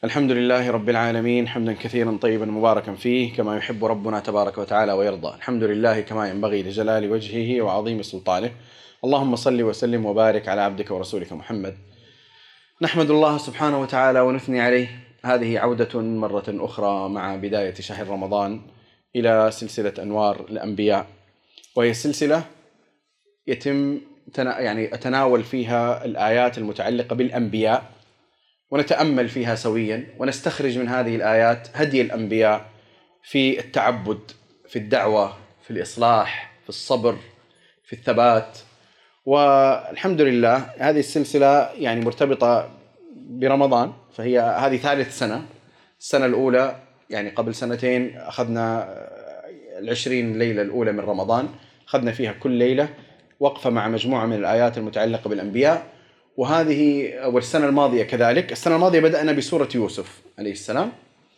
الحمد لله رب العالمين حمدا كثيرا طيبا مباركا فيه كما يحب ربنا تبارك وتعالى ويرضى. الحمد لله كما ينبغي لجلال وجهه وعظيم سلطانه. اللهم صل وسلم وبارك على عبدك ورسولك محمد. نحمد الله سبحانه وتعالى ونثني عليه. هذه عودة مرة أخرى مع بداية شهر رمضان إلى سلسلة أنوار الأنبياء، وهي سلسلة يتم أتناول فيها الآيات المتعلقة بالأنبياء ونتأمل فيها سويا، ونستخرج من هذه الآيات هدي الأنبياء في التعبد، في الدعوة، في الإصلاح، في الصبر، في الثبات. والحمد لله هذه السلسلة مرتبطة برمضان، فهي هذه ثالث سنة. السنة الأولى قبل سنتين أخذنا 20 ليلة الأولى من رمضان، أخذنا فيها كل ليلة وقفة مع مجموعة من الآيات المتعلقة بالأنبياء. والسنة الماضية كذلك. السنة الماضية بدأنا بسورة يوسف عليه السلام،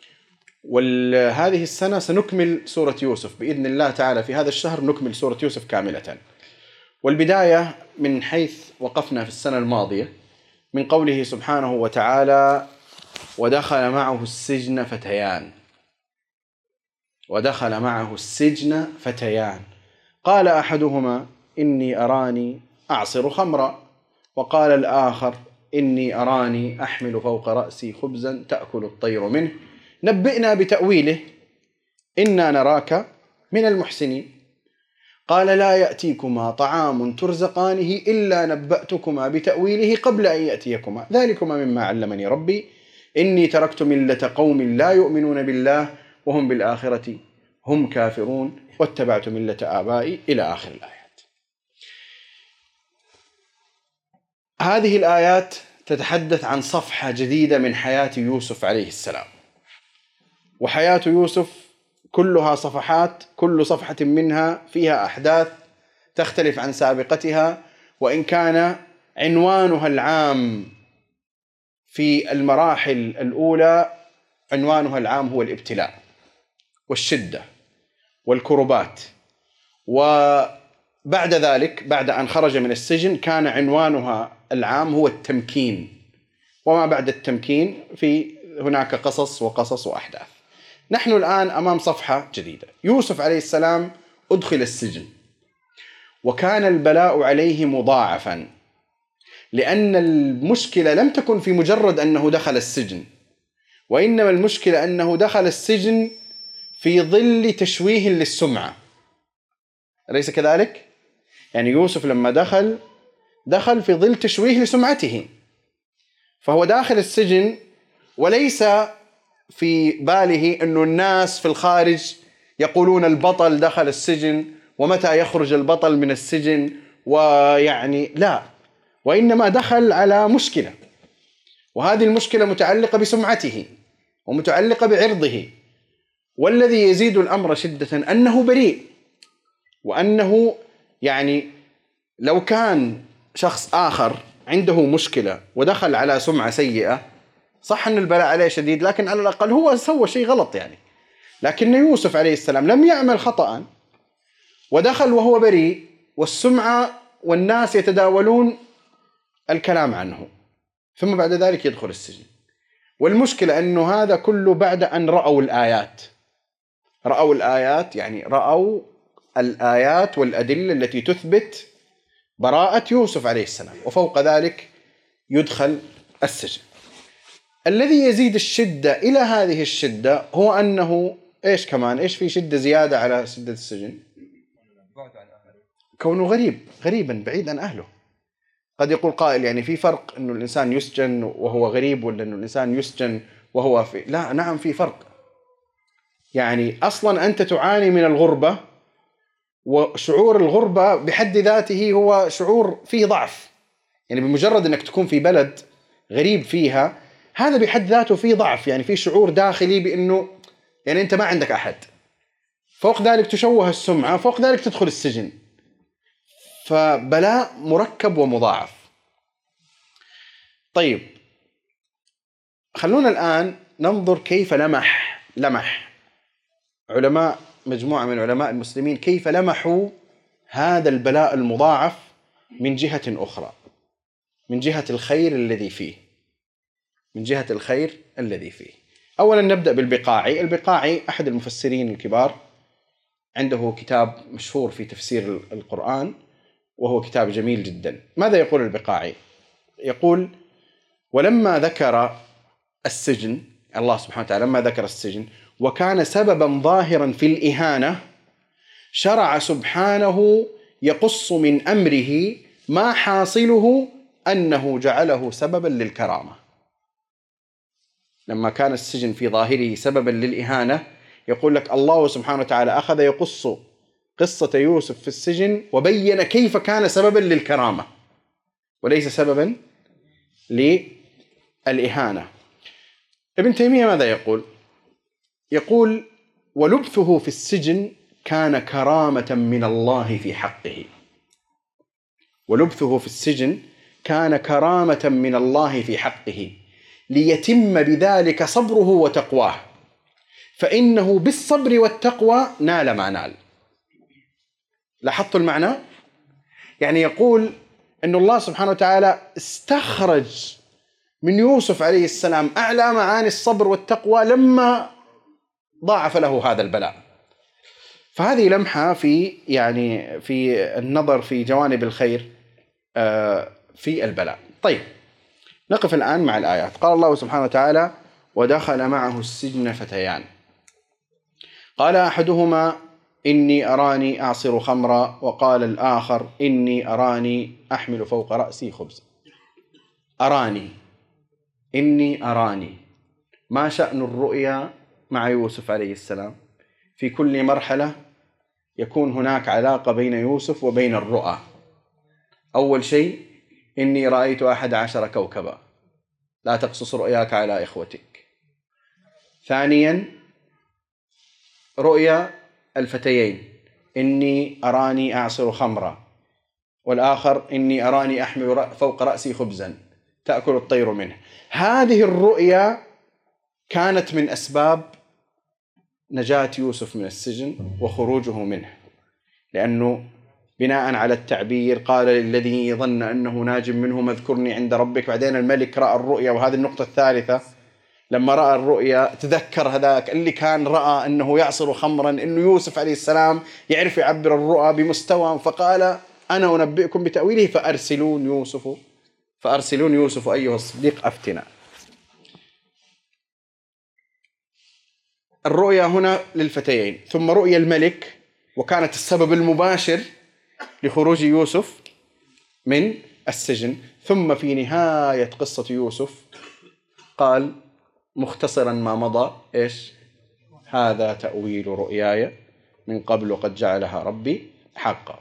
وهذه السنة سنكمل سورة يوسف بإذن الله تعالى. في هذا الشهر نكمل سورة يوسف كاملة. والبداية من حيث وقفنا في السنة الماضية، من قوله سبحانه وتعالى: ودخل معه السجن فتيان. ودخل معه السجن فتيان قال أحدهما إني أراني أعصر خمرا، وقال الآخر إني أراني أحمل فوق رأسي خبزا تأكل الطير منه نبئنا بتأويله إنا نراك من المحسنين. قال لا يأتيكما طعام ترزقانه إلا نبأتكما بتأويله قبل أن يأتيكما ذلكما مما علمني ربي إني تركت ملة قوم لا يؤمنون بالله وهم بالآخرة هم كافرون واتبعت ملة آبائي إلى آخر الآيات. هذه الآيات تتحدث عن صفحة جديدة من حياة يوسف عليه السلام. وحياة يوسف كلها صفحات، كل صفحة منها فيها أحداث تختلف عن سابقتها، وإن كان عنوانها العام في المراحل الأولى عنوانها العام هو الابتلاء والشدة والكربات. وبعد ذلك بعد أن خرج من السجن كان عنوانها العام هو التمكين، وما بعد التمكين في هناك قصص وأحداث. نحن الآن أمام صفحة جديدة. يوسف عليه السلام أدخل السجن، وكان البلاء عليه مضاعفا، لأن المشكلة لم تكن في مجرد أنه دخل السجن، وإنما المشكلة أنه دخل السجن في ظل تشويه للسمعة، أليس كذلك؟ يوسف لما دخل في ظل تشويه لسمعته، فهو داخل السجن وليس في باله أن الناس في الخارج يقولون البطل دخل السجن ومتى يخرج البطل من السجن، لا، وإنما دخل على مشكلة، وهذه المشكلة متعلقة بسمعته ومتعلقة بعرضه. والذي يزيد الأمر شدة أنه بريء، وأنه لو كان شخص آخر عنده مشكلة ودخل على سمعة سيئة، صح أن البلاء عليه شديد، لكن على الأقل هو سوى شيء غلط لكن يوسف عليه السلام لم يعمل خطأ، ودخل وهو بريء، والسمعة والناس يتداولون الكلام عنه، ثم بعد ذلك يدخل السجن. والمشكلة أنه هذا كله بعد أن رأوا الآيات، رأوا الآيات والأدلة التي تثبت براءة يوسف عليه السلام، وفوق ذلك يدخل السجن. الذي يزيد الشدة إلى هذه الشدة هو أنه إيش في شدة زيادة على شدة السجن؟ كونه غريبا بعيد عن أهله. قد يقول قائل في فرق أنه الإنسان يسجن وهو غريب، ولا أنه الإنسان يسجن وهو لا، نعم في فرق. أصلا أنت تعاني من الغربة، وشعور الغربة بحد ذاته هو شعور فيه ضعف. بمجرد أنك تكون في بلد غريب فيها، هذا بحد ذاته فيه ضعف، فيه شعور داخلي بأنه أنت ما عندك أحد. فوق ذلك تشوه السمعة، فوق ذلك تدخل السجن، فبلاء مركب ومضاعف. طيب، خلونا الآن ننظر كيف لمح مجموعة من علماء المسلمين كيف لمحوا هذا البلاء المضاعف من جهة أخرى، من جهة الخير الذي فيه، من جهة الخير الذي فيه. أولا نبدأ بالبقاعي. البقاعي أحد المفسرين الكبار، عنده كتاب مشهور في تفسير القرآن وهو كتاب جميل جدا. ماذا يقول البقاعي؟ يقول: ولما ذكر السجن، الله سبحانه وتعالى لما ذكر السجن وكان سببا ظاهرا في الإهانة، شرع سبحانه يقص من أمره ما حاصله أنه جعله سببا للكرامة. لما كان السجن في ظاهره سببا للإهانة، يقول لك الله سبحانه وتعالى أخذ يقص قصة يوسف في السجن وبين كيف كان سببا للكرامة وليس سببا للإهانة. ابن تيمية ماذا يقول؟ يقول: ولبثه في السجن كان كرامة من الله في حقه. ولبثه في السجن كان كرامة من الله في حقه ليتم بذلك صبره وتقواه، فإنه بالصبر والتقوى نال ما نال. لاحظتوا المعنى؟ يعني يقول أن الله سبحانه وتعالى استخرج من يوسف عليه السلام أعلى معاني الصبر والتقوى لما ضاعف له هذا البلاء. فهذه لمحة في النظر في جوانب الخير في البلاء. طيب، نقف الآن مع الآيات. قال الله سبحانه وتعالى: ودخل معه السجن فتيان، قال أحدهما إني أراني أعصر خمرا، وقال الآخر إني أراني أحمل فوق رأسي خبزا. أراني، إني أراني. ما شأن الرؤيا مع يوسف عليه السلام؟ في كل مرحلة يكون هناك علاقة بين يوسف وبين الرؤى. أول شيء: إني رأيت 11 كوكبا، لا تقصص رؤياك على إخوتك. ثانيا: رؤيا الفتيين: إني أراني أعصر خمرا، والآخر إني أراني أحمل فوق رأسي خبزا تأكل الطير منه. هذه الرؤيا كانت من أسباب نجاة يوسف من السجن وخروجه منه، لأنه بناء على التعبير قال للذي ظن أنه ناج منه اذكرني عند ربك. بعدين الملك رأى الرؤيا. وهذه النقطة الثالثة، لما رأى الرؤيا تذكر هذاك اللي كان رأى أنه يعصر خمرا، أنه يوسف عليه السلام يعرف يعبر الرؤى بمستوى، فقال: أنا أنبئكم بتأويله فأرسلون يوسف أيها الصديق أفتنا. الرؤيا هنا للفتيين، ثم رؤيا الملك، وكانت السبب المباشر لخروج يوسف من السجن. ثم في نهاية قصة يوسف قال مختصرا ما مضى: إيش؟ هذا تأويل رؤياي من قبل قد جعلها ربي حقا.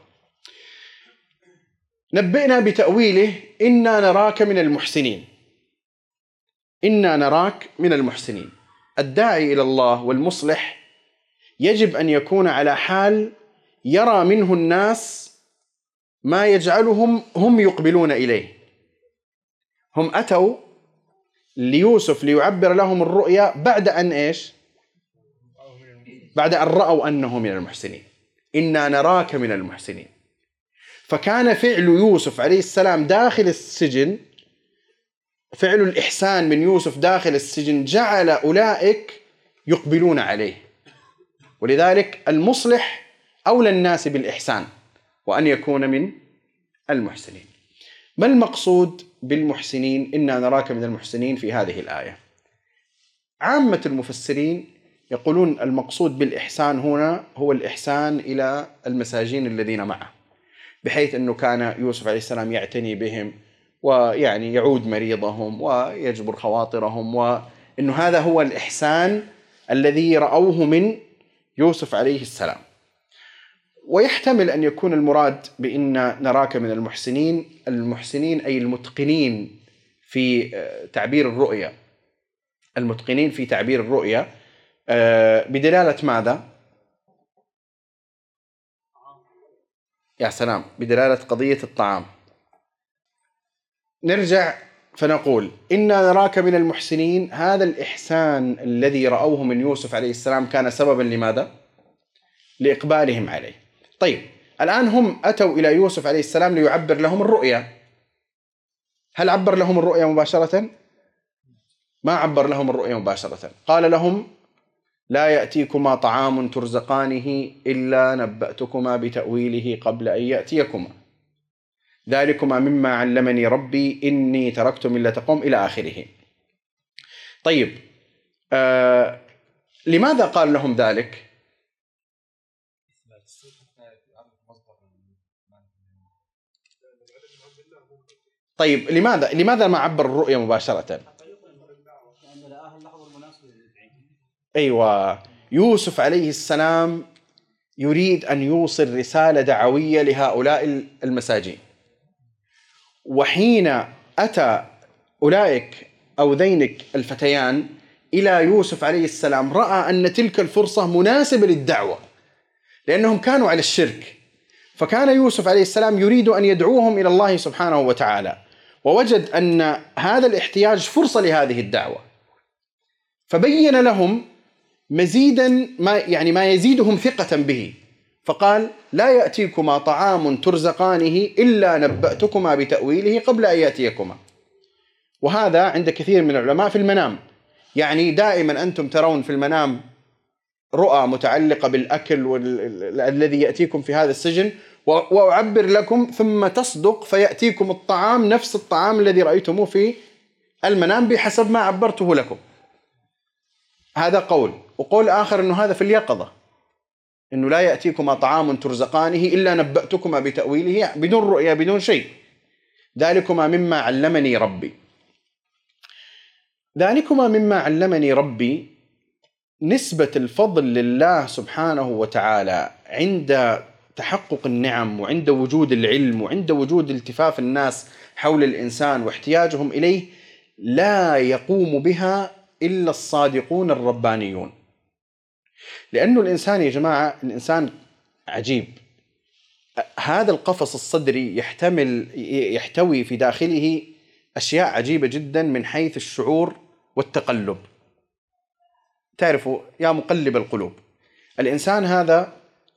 نبئنا بتأويله إنا نراك من المحسنين. إنا نراك من المحسنين. الداعي إلى الله والمصلح يجب أن يكون على حال يرى منه الناس ما يجعلهم هم يقبلون إليه. هم أتوا ليوسف ليعبر لهم الرؤيا بعد أن إيش؟ بعد أن رأوا أنه من المحسنين. إنا نراك من المحسنين. فكان فعل يوسف عليه السلام داخل السجن، فعل الإحسان من يوسف داخل السجن، جعل أولئك يقبلون عليه. ولذلك المصلح أولى الناس بالإحسان وأن يكون من المحسنين. ما المقصود بالمحسنين؟ إنا نراك من المحسنين في هذه الآية. عامة المفسرين يقولون المقصود بالإحسان هنا هو الإحسان إلى المساجين الذين معه، بحيث أنه كان يوسف عليه السلام يعتني بهم، ويعني يعود مريضهم ويجبر خواطرهم، وأنه هذا هو الإحسان الذي رأوه من يوسف عليه السلام. ويحتمل أن يكون المراد بإن نراك من المحسنين، المحسنين أي المتقنين في تعبير الرؤيا، المتقنين في تعبير الرؤيا، بدلالة ماذا؟ يا سلام، بدلالة قضية الطعام. نرجع فنقول إنا نراك من المحسنين. هذا الإحسان الذي رأوه من يوسف عليه السلام كان سببا لماذا؟ لإقبالهم عليه. طيب، الآن هم أتوا إلى يوسف عليه السلام ليعبر لهم الرؤيا. هل عبر لهم الرؤيا مباشرة؟ ما عبر لهم الرؤيا مباشرة. قال لهم: لا يأتيكما طعام ترزقانه إلا نبأتكما بتأويله قبل أن يأتيكما، ذلكما مما علمني ربي إني تركت ملة قوم، إلى آخره. طيب، لماذا قال لهم ذلك؟ طيب، لماذا ما عبر الرؤيا مباشرة؟ أيوة، يوسف عليه السلام يريد أن يوصل رسالة دعوية لهؤلاء المساجين، وحين أتى أولئك أو ذينك الفتيان إلى يوسف عليه السلام رأى أن تلك الفرصة مناسبة للدعوة، لأنهم كانوا على الشرك، فكان يوسف عليه السلام يريد أن يدعوهم إلى الله سبحانه وتعالى، ووجد أن هذا الاحتياج فرصة لهذه الدعوة، فبين لهم مزيدا ما يزيدهم ثقة به، فقال: لا يأتيكما طعام ترزقانه إلا نبأتكما بتأويله قبل أن يأتيكما. وهذا عند كثير من العلماء في المنام، يعني دائما أنتم ترون في المنام رؤى متعلقة بالأكل الذي يأتيكم في هذا السجن، وأعبر لكم ثم تصدق فيأتيكم الطعام نفس الطعام الذي رأيتموه في المنام بحسب ما عبرته لكم. هذا قول. وقول آخر أنه هذا في اليقظة، أنه لا يأتيكما طعام ترزقانه إلا نبأتكما بتأويله، بدون رؤيا بدون شيء. ذلكما مما علمني ربي. ذلكما مما علمني ربي، نسبة الفضل لله سبحانه وتعالى عند تحقق النعم، وعند وجود العلم، وعند وجود التفاف الناس حول الإنسان واحتياجهم إليه، لا يقوم بها إلا الصادقون الربانيون. لأنه الإنسان يا جماعة، الإنسان عجيب، هذا القفص الصدري يحتوي في داخله أشياء عجيبة جدا من حيث الشعور والتقلب. تعرفوا يا مقلب القلوب، الإنسان هذا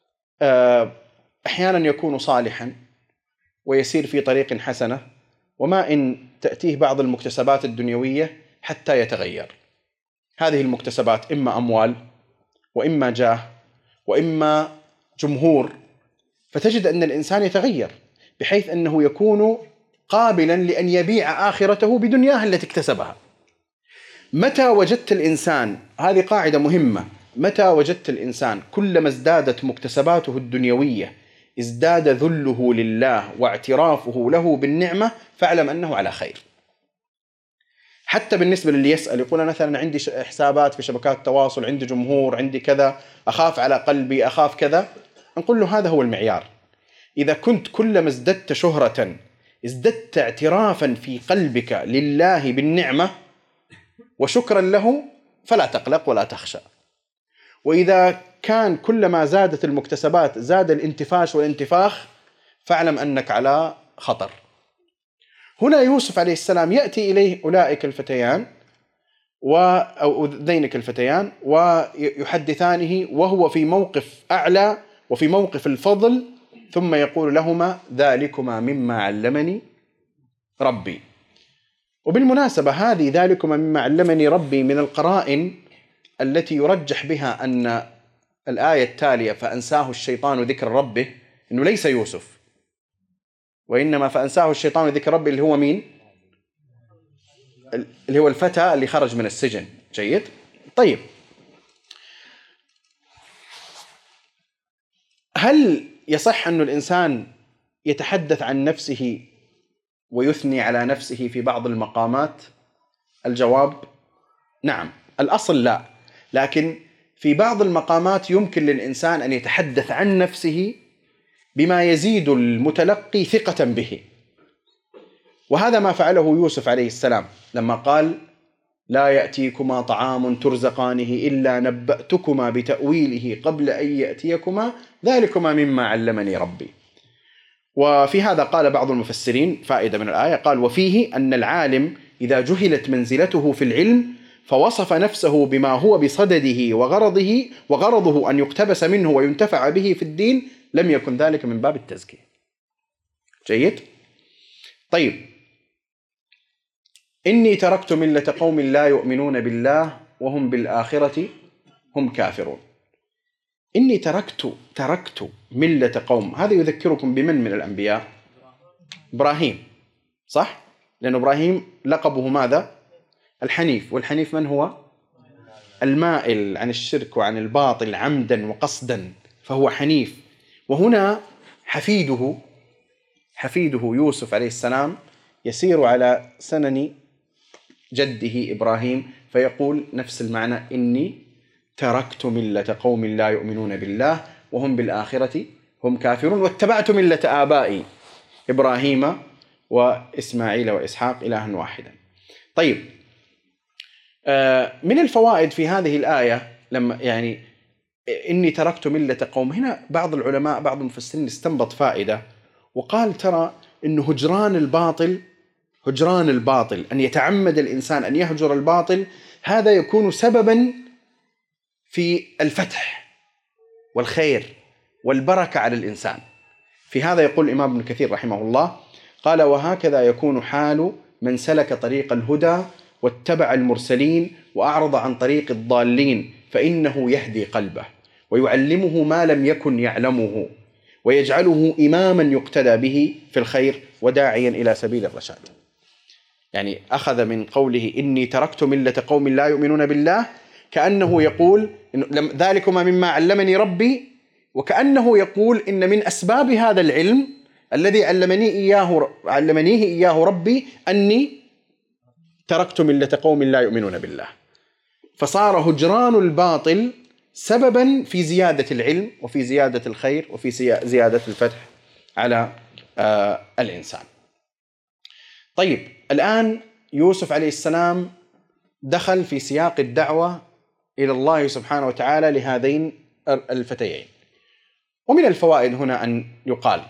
أحيانا يكون صالحا ويسير في طريق حسنة، وما إن تأتيه بعض المكتسبات الدنيوية حتى يتغير. هذه المكتسبات إما أموال، وإما جاه، وإما جمهور، فتجد أن الإنسان يتغير بحيث أنه يكون قابلا لأن يبيع آخرته بدنياه التي اكتسبها. متى وجدت الإنسان، هذه قاعدة مهمة، متى وجدت الإنسان كلما ازدادت مكتسباته الدنيوية ازداد ذله لله واعترافه له بالنعمة، فاعلم أنه على خير. حتى بالنسبة للي يسأل يقول: أنا مثلا عندي حسابات في شبكات التواصل، عندي جمهور، عندي كذا، أخاف على قلبي، أخاف كذا، نقول له هذا هو المعيار. إذا كنت كلما ازددت شهرة ازددت اعترافا في قلبك لله بالنعمة وشكرا له، فلا تقلق ولا تخشى. وإذا كان كلما زادت المكتسبات زاد الانتفاش والانتفاخ، فاعلم أنك على خطر. هنا يوسف عليه السلام يأتي إليه أولئك الفتيان أو ذينك الفتيان ويحدثانه وهو في موقف أعلى وفي موقف الفضل، ثم يقول لهما: ذلكما مما علمني ربي. وبالمناسبة هذه ذلكما مما علمني ربي من القرائن التي يرجح بها أن الآية التالية فأنساه الشيطان ذكر ربه أنه ليس يوسف، وإنما فأنساه الشيطان ذكر ربه اللي هو مين؟ اللي هو الفتى اللي خرج من السجن. جيد. طيب، هل يصح أن الإنسان يتحدث عن نفسه ويثني على نفسه في بعض المقامات؟ الجواب نعم. الأصل لا، لكن في بعض المقامات يمكن للإنسان أن يتحدث عن نفسه بما يزيد المتلقي ثقة به، وهذا ما فعله يوسف عليه السلام لما قال: لا يأتيكما طعام ترزقانه إلا نبأتكما بتأويله قبل أن يأتيكما ذلكما مما علمني ربي. وفي هذا قال بعض المفسرين فائدة من الآية، قال: وفيه أن العالم إذا جهلت منزلته في العلم فوصف نفسه بما هو بصدده وغرضه أن يقتبس منه وينتفع به في الدين، لم يكن ذلك من باب التزكية. جيد. طيب، إني تركت ملة قوم لا يؤمنون بالله وهم بالآخرة هم كافرون. إني تركت ملة قوم، هذا يذكركم بمن من الأنبياء؟ إبراهيم، صح؟ لأن إبراهيم لقبه ماذا؟ الحنيف، والحنيف من هو؟ المائل عن الشرك وعن الباطل عمدا وقصدا، فهو حنيف. وهنا حفيده يوسف عليه السلام يسير على سنن جده إبراهيم، فيقول نفس المعنى: إني تركت ملة قوم لا يؤمنون بالله وهم بالآخرة هم كافرون واتبعت ملة آبائي إبراهيم وإسماعيل وإسحاق إلها واحدا. طيب، من الفوائد في هذه الآية لما يعني إني تركت ملة قوم، هنا بعض العلماء بعض المفسرين استنبط فائدة وقال: ترى إنه هجران الباطل، أن يتعمد الإنسان أن يهجر الباطل، هذا يكون سببا في الفتح والخير والبركة على الإنسان. في هذا يقول الإمام ابن كثير رحمه الله قال: وهكذا يكون حال من سلك طريق الهدى واتبع المرسلين وأعرض عن طريق الضالين، فإنه يهدي قلبه ويعلمه ما لم يكن يعلمه ويجعله إماما يقتدى به في الخير وداعيا إلى سبيل الرشاد. يعني أخذ من قوله إني تركت ملة قوم لا يؤمنون بالله كأنه يقول ذلكما مما علمني ربي، وكأنه يقول إن من أسباب هذا العلم الذي علمنيه إياه ربي أني تركت ملة قوم لا يؤمنون بالله. فصار هجران الباطل سببا في زيادة العلم وفي زيادة الخير وفي زيادة الفتح على الإنسان. طيب، الآن يوسف عليه السلام دخل في سياق الدعوة إلى الله سبحانه وتعالى لهذين الفتيين. ومن الفوائد هنا أن يقال: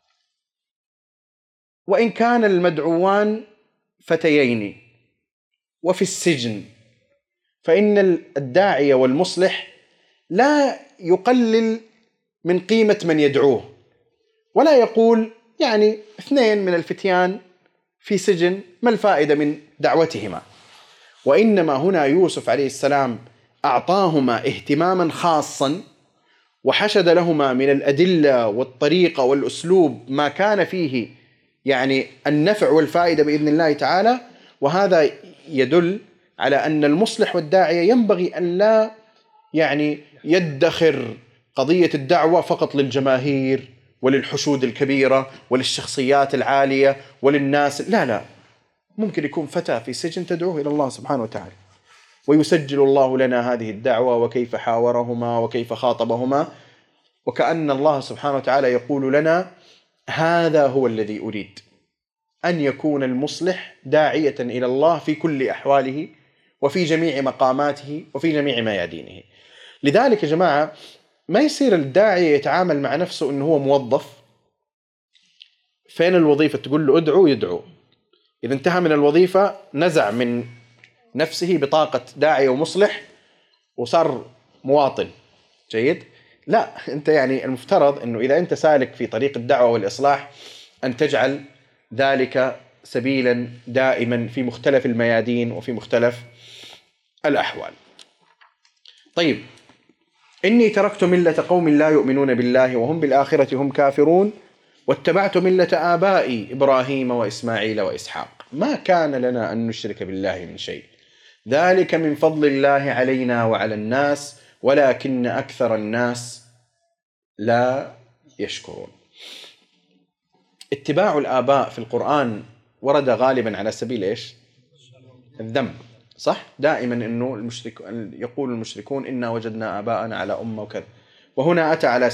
وإن كان المدعوان فتيين وفي السجن، فإن الداعية والمصلح لا يقلل من قيمة من يدعوه، ولا يقول يعني 2 من الفتيان في سجن ما الفائدة من دعوتهما، وإنما هنا يوسف عليه السلام أعطاهما اهتماما خاصا وحشد لهما من الأدلة والطريقة والأسلوب ما كان فيه يعني النفع والفائدة بإذن الله تعالى. وهذا يدل على أن المصلح والداعية ينبغي أن لا يعني يدخر قضية الدعوة فقط للجماهير وللحشود الكبيرة وللشخصيات العالية وللناس، لا، ممكن يكون فتى في سجن تدعوه إلى الله سبحانه وتعالى، ويسجل الله لنا هذه الدعوة وكيف حاورهما وكيف خاطبهما، وكأن الله سبحانه وتعالى يقول لنا: هذا هو الذي أريد، أن يكون المصلح داعية إلى الله في كل أحواله وفي جميع مقاماته وفي جميع ميادينه. لذلك يا جماعة ما يصير الداعية يتعامل مع نفسه أنه هو موظف، فين الوظيفة تقول له ادعو يدعو، إذا انتهى من الوظيفة نزع من نفسه بطاقة داعية ومصلح وصار مواطن جيد. لا، أنت يعني المفترض أنه إذا أنت سالك في طريق الدعوة والإصلاح أن تجعل ذلك سبيلا دائما في مختلف الميادين وفي مختلف الأحوال. طيب، إني تركت ملة قوم لا يؤمنون بالله وهم بالآخرة هم كافرون واتبعت ملة آبائي إبراهيم وإسماعيل وإسحاق ما كان لنا أن نشرك بالله من شيء، ذلك من فضل الله علينا وعلى الناس ولكن أكثر الناس لا يشكرون. اتباع الآباء في القرآن ورد غالبا على سبيل إيش؟ الذم، صح؟ دائما إنه يقول المشركون إنا وجدنا آباءنا على أمة وكذا، وهنا أتى على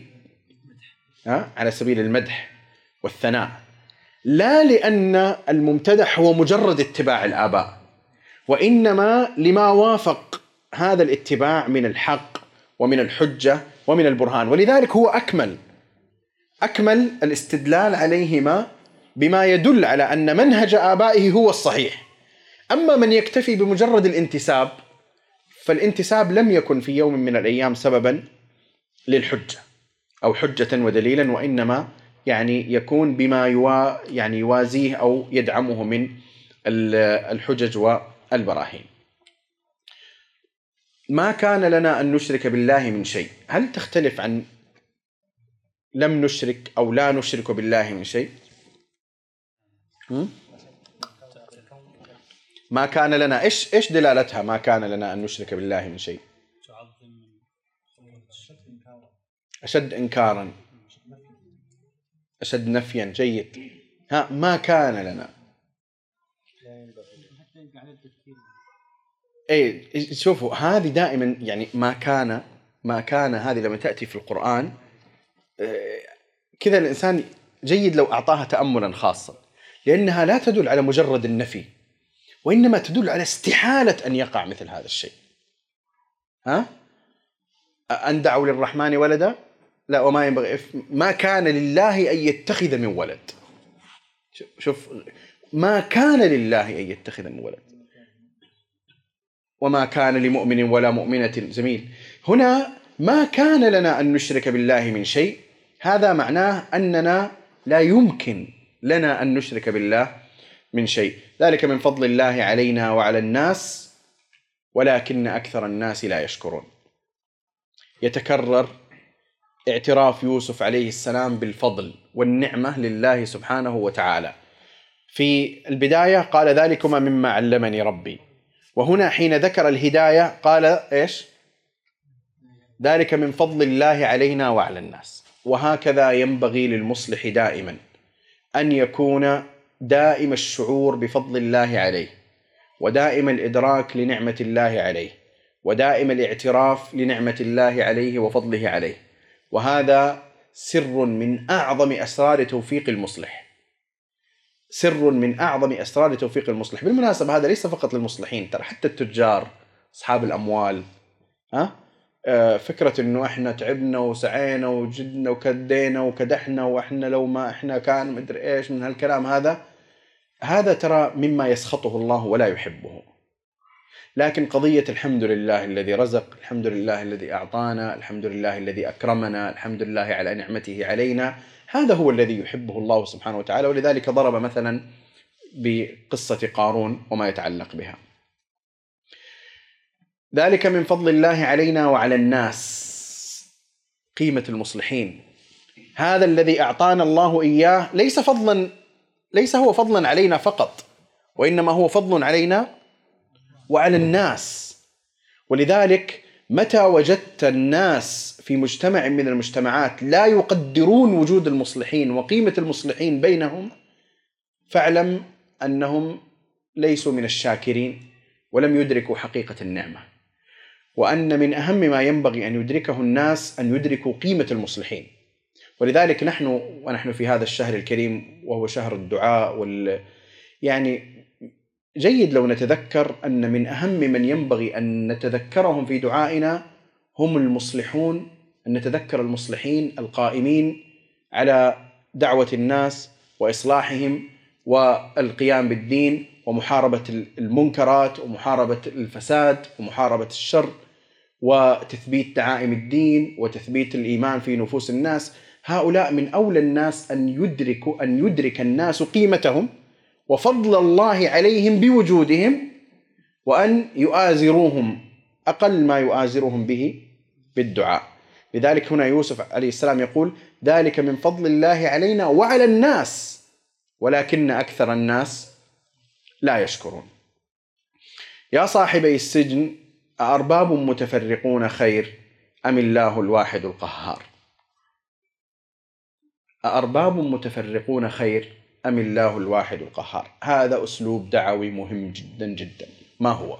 سبيل المدح والثناء، لا لأن الممتدح هو مجرد اتباع الآباء، وإنما لما وافق هذا الاتباع من الحق ومن الحجة ومن البرهان، ولذلك هو أكمل الاستدلال عليهما بما يدل على أن منهج آبائه هو الصحيح. أما من يكتفي بمجرد الانتساب، فالانتساب لم يكن في يوم من الأيام سببا للحجة أو حجة ودليلا، وإنما يعني يكون بما يوازيه أو يدعمه من الحجج والبراهين. ما كان لنا أن نشرك بالله من شيء، هل تختلف عن لم نشرك أو لا نشرك بالله من شيء؟ ما كان لنا، إيش دلالتها ما كان لنا أن نشرك بالله من شيء؟ أشد إنكارا، أشد نفيا. جيد. ما كان لنا. إيه شوفوا، هذه دائما يعني ما كان هذه لما تأتي في القرآن كذا الإنسان جيد لو أعطاها تأملا خاصا، لأنها لا تدل على مجرد النفي، وإنما تدل على استحالة أن يقع مثل هذا الشيء. أن دعوا للرحمن ولدا، لا، وما ينبغي، ما كان لله أن يتخذ من ولد. شوف، ما كان لله أن يتخذ من ولد، وما كان لمؤمن ولا مؤمنة. جميل. هنا ما كان لنا أن نشرك بالله من شيء، هذا معناه أننا لا يمكن لنا أن نشرك بالله من شيء. ذلك من فضل الله علينا وعلى الناس ولكن أكثر الناس لا يشكرون. يتكرر اعتراف يوسف عليه السلام بالفضل والنعمة لله سبحانه وتعالى. في البداية قال ذلكما مما علمني ربي، وهنا حين ذكر الهداية قال إيش؟ ذلك من فضل الله علينا وعلى الناس. وهكذا ينبغي للمصلح دائما أن يكون دائم الشعور بفضل الله عليه، ودائم الإدراك لنعمة الله عليه، ودائم الاعتراف لنعمة الله عليه وفضله عليه. وهذا سر من أعظم أسرار توفيق المصلح، سر من أعظم أسرار توفيق المصلح. بالمناسبة هذا ليس فقط للمصلحين، ترى حتى التجار أصحاب الأموال، فكرة إنه إحنا تعبنا وسعينا وجدنا وكدينا وكدحنا وإحنا لو ما إحنا كان مدري إيش من هالكلام، هذا ترى مما يسخطه الله ولا يحبه. لكن قضية الحمد لله الذي رزق، الحمد لله الذي أعطانا، الحمد لله الذي أكرمنا، الحمد لله على نعمته علينا، هذا هو الذي يحبه الله سبحانه وتعالى. ولذلك ضرب مثلا بقصة قارون وما يتعلق بها. ذلك من فضل الله علينا وعلى الناس، قيمة المصلحين. هذا الذي أعطانا الله إياه ليس هو فضلا علينا فقط، وإنما هو فضل علينا وعلى الناس. ولذلك متى وجدت الناس في مجتمع من المجتمعات لا يقدرون وجود المصلحين وقيمة المصلحين بينهم، فاعلم أنهم ليسوا من الشاكرين ولم يدركوا حقيقة النعمة. وأن من أهم ما ينبغي أن يدركه الناس أن يدركوا قيمة المصلحين. ولذلك ونحن في هذا الشهر الكريم وهو شهر الدعاء يعني جيد لو نتذكر أن من أهم من ينبغي أن نتذكرهم في دعائنا هم المصلحون، أن نتذكر المصلحين القائمين على دعوة الناس وإصلاحهم والقيام بالدين ومحاربة المنكرات ومحاربة الفساد ومحاربة الشر وتثبيت دعائم الدين وتثبيت الإيمان في نفوس الناس. هؤلاء من أولى الناس أن يدرك الناس قيمتهم وفضل الله عليهم بوجودهم، وأن يؤازروهم أقل ما يؤازرهم به بالدعاء. لذلك هنا يوسف عليه السلام يقول ذلك من فضل الله علينا وعلى الناس ولكن أكثر الناس لا يشكرون. يا صاحبي السجن أأرباب متفرقون خير أم الله الواحد القهار؟ أأرباب متفرقون خير أم الله الواحد القهار؟ هذا أسلوب دعوي مهم جدا جدا. ما هو؟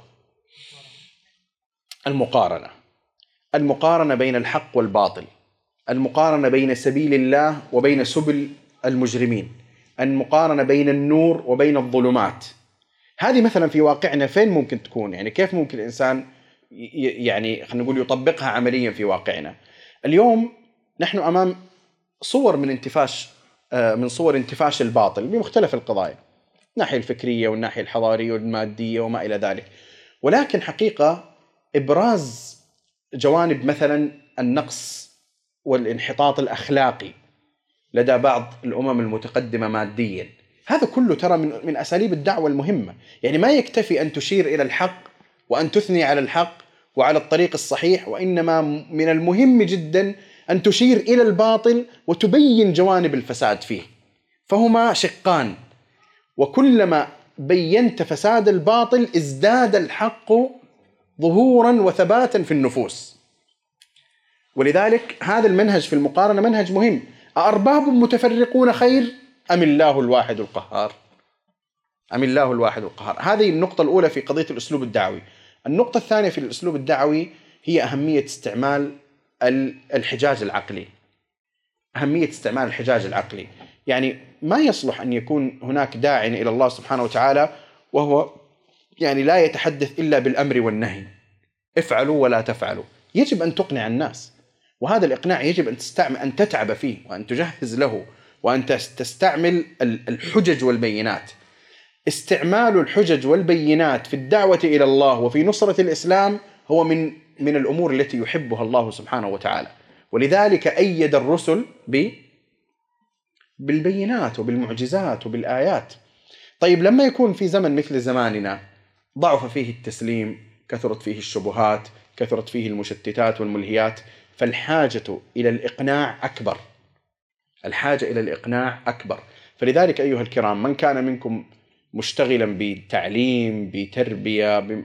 المقارنة بين الحق والباطل، المقارنة بين سبيل الله وبين سبل المجرمين، المقارنة بين النور وبين الظلمات. هذه مثلا في واقعنا فين ممكن تكون؟ يعني كيف ممكن الإنسان يعني خلينا نقول يطبقها عمليا في واقعنا؟ اليوم نحن أمام صور من صور انتفاش الباطل بمختلف القضايا، الناحية الفكرية والناحية الحضارية والمادية وما إلى ذلك. ولكن حقيقة إبراز جوانب مثلا النقص والانحطاط الأخلاقي لدى بعض الأمم المتقدمة ماديا هذا كله ترى من أساليب الدعوة المهمة. يعني ما يكتفي أن تشير إلى الحق وأن تثني على الحق وعلى الطريق الصحيح، وإنما من المهم جدا أن تشير إلى الباطل وتبين جوانب الفساد فيه. فهما شقان، وكلما بينت فساد الباطل ازداد الحق ظهورا وثباتا في النفوس. ولذلك هذا المنهج في المقارنة منهج مهم. أأرباب متفرقون خير أم الله الواحد القهار؟ أم الله الواحد القهار. هذه النقطة الأولى في قضية الأسلوب الدعوي. النقطة الثانية في الأسلوب الدعوي هي أهمية استعمال الحجاج العقلي. أهمية استعمال الحجاج العقلي، يعني ما يصلح أن يكون هناك داع إلى الله سبحانه وتعالى وهو يعني لا يتحدث إلا بالأمر والنهي، افعلوا ولا تفعلوا. يجب أن تقنع الناس، وهذا الإقناع يجب أن تتعب فيه وأن تجهز له وأن تستعمل الحجج والبينات. استعمال الحجج والبينات في الدعوة إلى الله وفي نصرة الإسلام هو من الأمور التي يحبها الله سبحانه وتعالى، ولذلك أيد الرسل بالبينات وبالمعجزات وبالآيات. طيب لما يكون في زمن مثل زماننا ضعف فيه التسليم، كثرت فيه الشبهات، كثرت فيه المشتتات والملهيات، فالحاجة إلى الإقناع أكبر. الحاجة إلى الإقناع أكبر. فلذلك أيها الكرام، من كان منكم مشتغلا بتعليم بتربية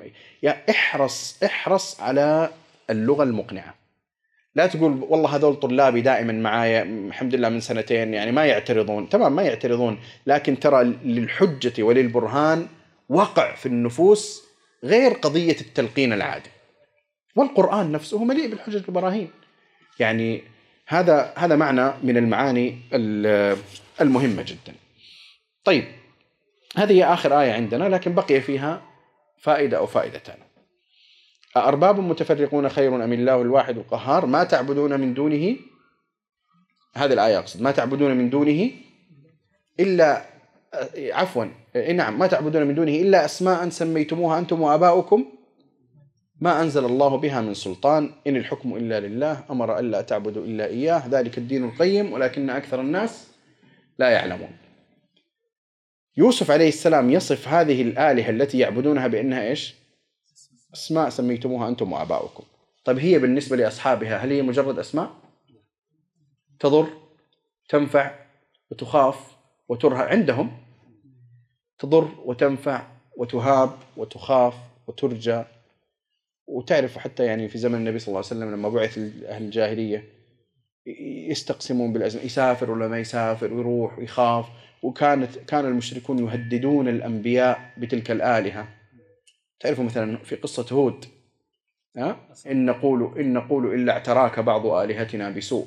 احرص على اللغة المقنعة. لا تقول والله هذول طلابي دائما معايا الحمد لله من سنتين يعني ما يعترضون. تمام، ما يعترضون، لكن ترى للحجة وللبرهان وقع في النفوس غير قضية التلقين العادي. والقرآن نفسه مليء بالحجج والبراهين. يعني هذا معنى من المعاني المهمة جدا. طيب هذه هي آخر آية عندنا، لكن بقي فيها فائدة أو فائدتان. أأرباب متفرقون خير أم الله الواحد القهار ما تعبدون من دونه. هذه الآية أقصد ما تعبدون من دونه إلا نعم ما تعبدون من دونه إلا أسماء سميتموها أنتم وآباؤكم ما أنزل الله بها من سلطان إن الحكم إلا لله أمر ألا تعبدوا إلا إياه ذلك الدين القيم ولكن أكثر الناس لا يعلمون. يوسف عليه السلام يصف هذه الآلهة التي يعبدونها بأنها إيش؟ أسماء سميتموها أنتم وآباؤكم. طيب هي بالنسبة لأصحابها هل هي مجرد أسماء؟ تضر، تنفع وتخاف وترهب. عندهم تضر وتنفع وتهاب وتخاف وترجى. وتعرف حتى يعني في زمن النبي صلى الله عليه وسلم لما بعث أهل الجاهلية يستقسمون بالأزمة، يسافر ولا ما يسافر، ويروح ويخاف. كان المشركون يهددون الأنبياء بتلك الآلهة. تعرفوا مثلا في قصة هود إن نقول إلا اعتراك بعض آلهتنا بسوء.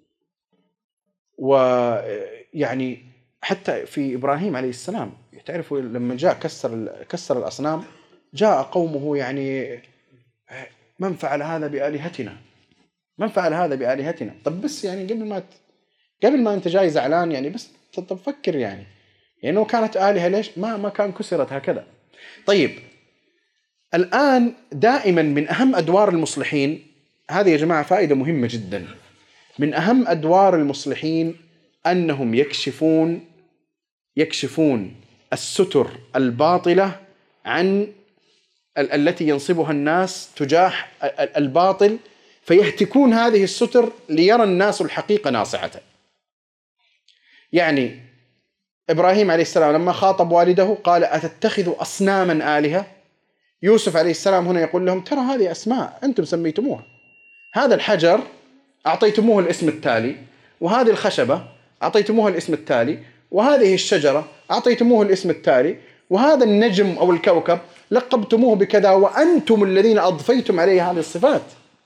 ويعني حتى في إبراهيم عليه السلام تعرفوا لما جاء كسر الأصنام جاء قومه يعني من فعل هذا بآلهتنا، من فعل هذا بآلهتنا. طب بس يعني قبل ما أنت جاي زعلان يعني بس طب فكر يعني إنه كانت آلهة ليش ما كان كسرت هكذا. طيب الآن دائما من أهم أدوار المصلحين، هذه يا جماعة فائدة مهمة جدا، من أهم أدوار المصلحين أنهم يكشفون الستر الباطلة عن التي ينصبها الناس تجاه الباطل، فيهتكون هذه الستر ليرى الناس الحقيقة ناصعة. يعني إبراهيم عليه السلام لما خاطب والده قال أتتخذ أصناما آلهة. يوسف عليه السلام هنا يقول لهم ترى هذه أسماء أنتم سميتموها، هذا الحجر أعطيتموه الاسم التالي، وهذه الخشبة أعطيتموها الاسم التالي، وهذه الشجرة أعطيتموه الاسم التالي، وهذا النجم أو الكوكب لقبتموه بكذا، وأنتم الذين أضفيتم عليه هذه الصفات.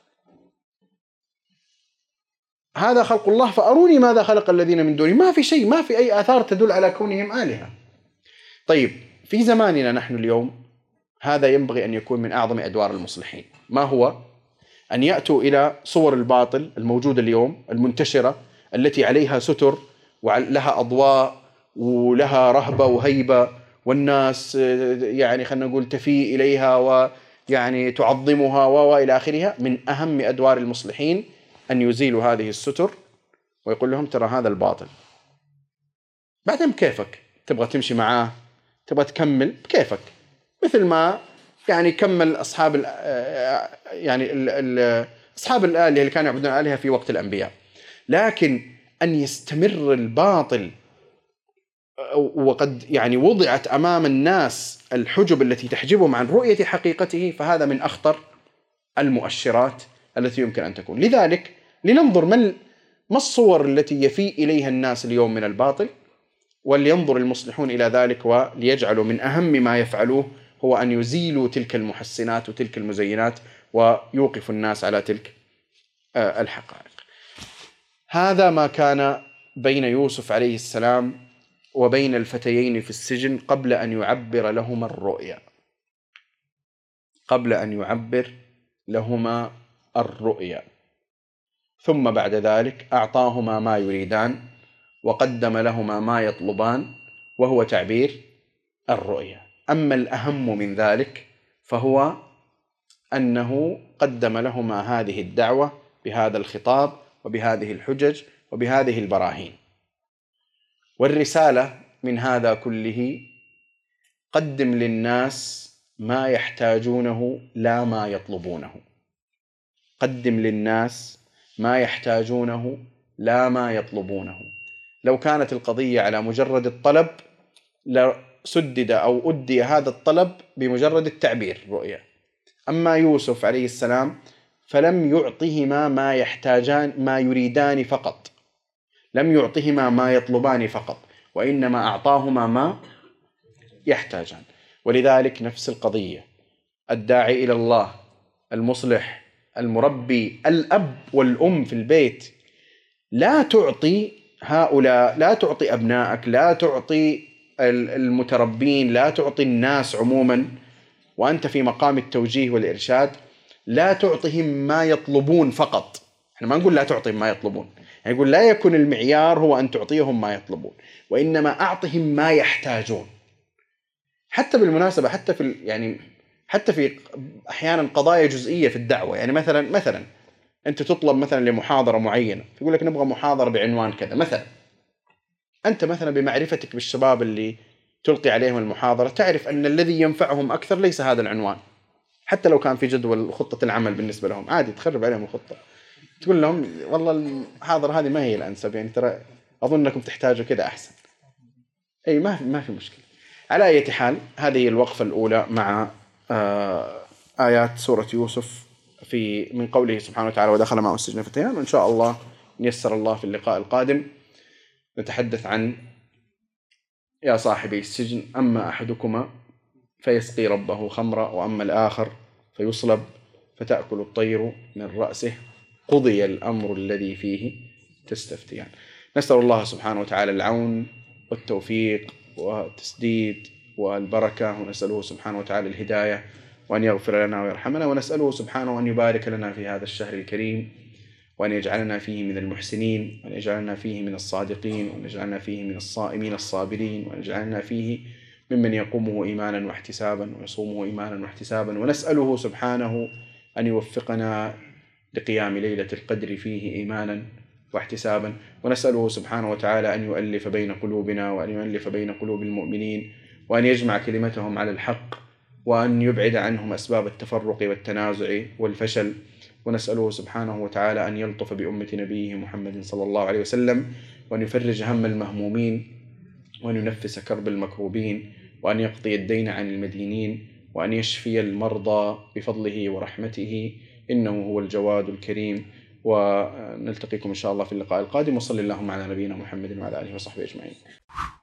هذا خلق الله فأروني ماذا خلق الذين من دونه. ما في شيء، ما في أي آثار تدل على كونهم آلهة. طيب في زماننا نحن اليوم هذا ينبغي أن يكون من أعظم أدوار المصلحين. ما هو؟ أن يأتوا إلى صور الباطل الموجودة اليوم المنتشرة التي عليها ستر ولها أضواء ولها رهبة وهيبة، والناس يعني خلنا نقول تفيء إليها ويعني تعظمها وإلى آخرها. من أهم أدوار المصلحين أن يزيلوا هذه الستر ويقول لهم ترى هذا الباطل. بعدين كيفك تبغى تمشي معاه، تبغى تكمل بكيفك، مثل ما يعني كمل أصحاب أصحاب الآلهة اللي كانوا يعبدون الآلهة في وقت الأنبياء. لكن أن يستمر الباطل وقد يعني وضعت أمام الناس الحجب التي تحجبهم عن رؤية حقيقته، فهذا من أخطر المؤشرات التي يمكن أن تكون. لذلك لننظر ما الصور التي يفيء إليها الناس اليوم من الباطل، ولينظر المصلحون إلى ذلك، وليجعلوا من أهم ما يفعلوه هو أن يزيلوا تلك المحسنات وتلك المزينات ويوقفوا الناس على تلك الحقائق. هذا ما كان بين يوسف عليه السلام وبين الفتيين في السجن قبل أن يعبر لهما الرؤيا، قبل أن يعبر لهما الرؤيا. ثم بعد ذلك أعطاهما ما يريدان وقدم لهما ما يطلبان، وهو تعبير الرؤيا. أما الأهم من ذلك فهو أنه قدم لهما هذه الدعوة بهذا الخطاب وبهذه الحجج وبهذه البراهين. والرسالة من هذا كله: قدم للناس ما يحتاجونه لا ما يطلبونه. قدم للناس ما يحتاجونه لا ما يطلبونه. لو كانت القضية على مجرد الطلب لسدد أو أدي هذا الطلب بمجرد التعبير رؤيا. أما يوسف عليه السلام فلم يعطهما ما يحتاجان ما يريدان فقط، لم يعطهما ما يطلبان فقط، وإنما أعطاهما ما يحتاجان. ولذلك نفس القضية، الداعي إلى الله، المصلح، المربي، الأب والأم في البيت، لا تعطي هؤلاء، لا تعطي أبنائك، لا تعطي المتربين، لا تعطي الناس عموما وأنت في مقام التوجيه والإرشاد، لا تعطيهم ما يطلبون فقط. احنا ما نقول لا تعطيهم ما يطلبون، يعني نقول لا يكون المعيار هو أن تعطيهم ما يطلبون، وإنما أعطهم ما يحتاجون. حتى بالمناسبة حتى في أحيانا قضايا جزئية في الدعوة، يعني مثلا أنت تطلب مثلا لمحاضرة معينة، يقول لك نبغى محاضرة بعنوان كذا مثلا. أنت مثلا بمعرفتك بالشباب اللي تلقي عليهم المحاضرة تعرف أن الذي ينفعهم أكثر ليس هذا العنوان، حتى لو كان في جدول خطة العمل بالنسبة لهم عادي تخرب عليهم الخطة، تقول لهم والله المحاضرة هذه ما هي الأنسب، يعني ترى أظنكم تحتاجوا كذا أحسن. أي ما في مشكلة. على أي حال، هذه الوقفة الأولى مع آيات سورة يوسف من قوله سبحانه وتعالى: ودخل معه السجن فتيان. وإن شاء الله يسر الله في اللقاء القادم نتحدث عن يا صاحبي السجن، أما أحدكما فيسقي ربه خمرا وأما الآخر فيصلب فتأكل الطير من رأسه قضي الأمر الذي فيه تستفتيان. نسأل الله سبحانه وتعالى العون والتوفيق والتسديد والبركة، ونسأله سبحانه وتعالى الهداية وأن يغفر لنا ويرحمنا، ونسأله سبحانه أن يبارك لنا في هذا الشهر الكريم، وأن يجعلنا فيه من المحسنين، وأن يجعلنا فيه من الصادقين، وأن يجعلنا فيه من الصائمين الصابرين، وأن يجعلنا فيه ممن يقومه إيمانا واحتسابا ويصومه إيمانا واحتسابا. ونسأله سبحانه أن يوفقنا لقيام ليلة القدر فيه إيمانا واحتسابا. ونسأله سبحانه وتعالى أن يؤلف بين قلوبنا، وأن يؤلف بين قلوب المؤمنين، وأن يجمع كلمتهم على الحق، وأن يبعد عنهم أسباب التفرق والتنازع والفشل. ونسأله سبحانه وتعالى أن يلطف بأمة نبيه محمد صلى الله عليه وسلم، وأن يفرج هم المهمومين، وأن ينفس كرب المكروبين، وأن يقضي الدين عن المدينين، وأن يشفي المرضى بفضله ورحمته، إنه هو الجواد الكريم. ونلتقيكم إن شاء الله في اللقاء القادم، وصلى اللهم على نبينا محمد وعلى آله وصحبه أجمعين.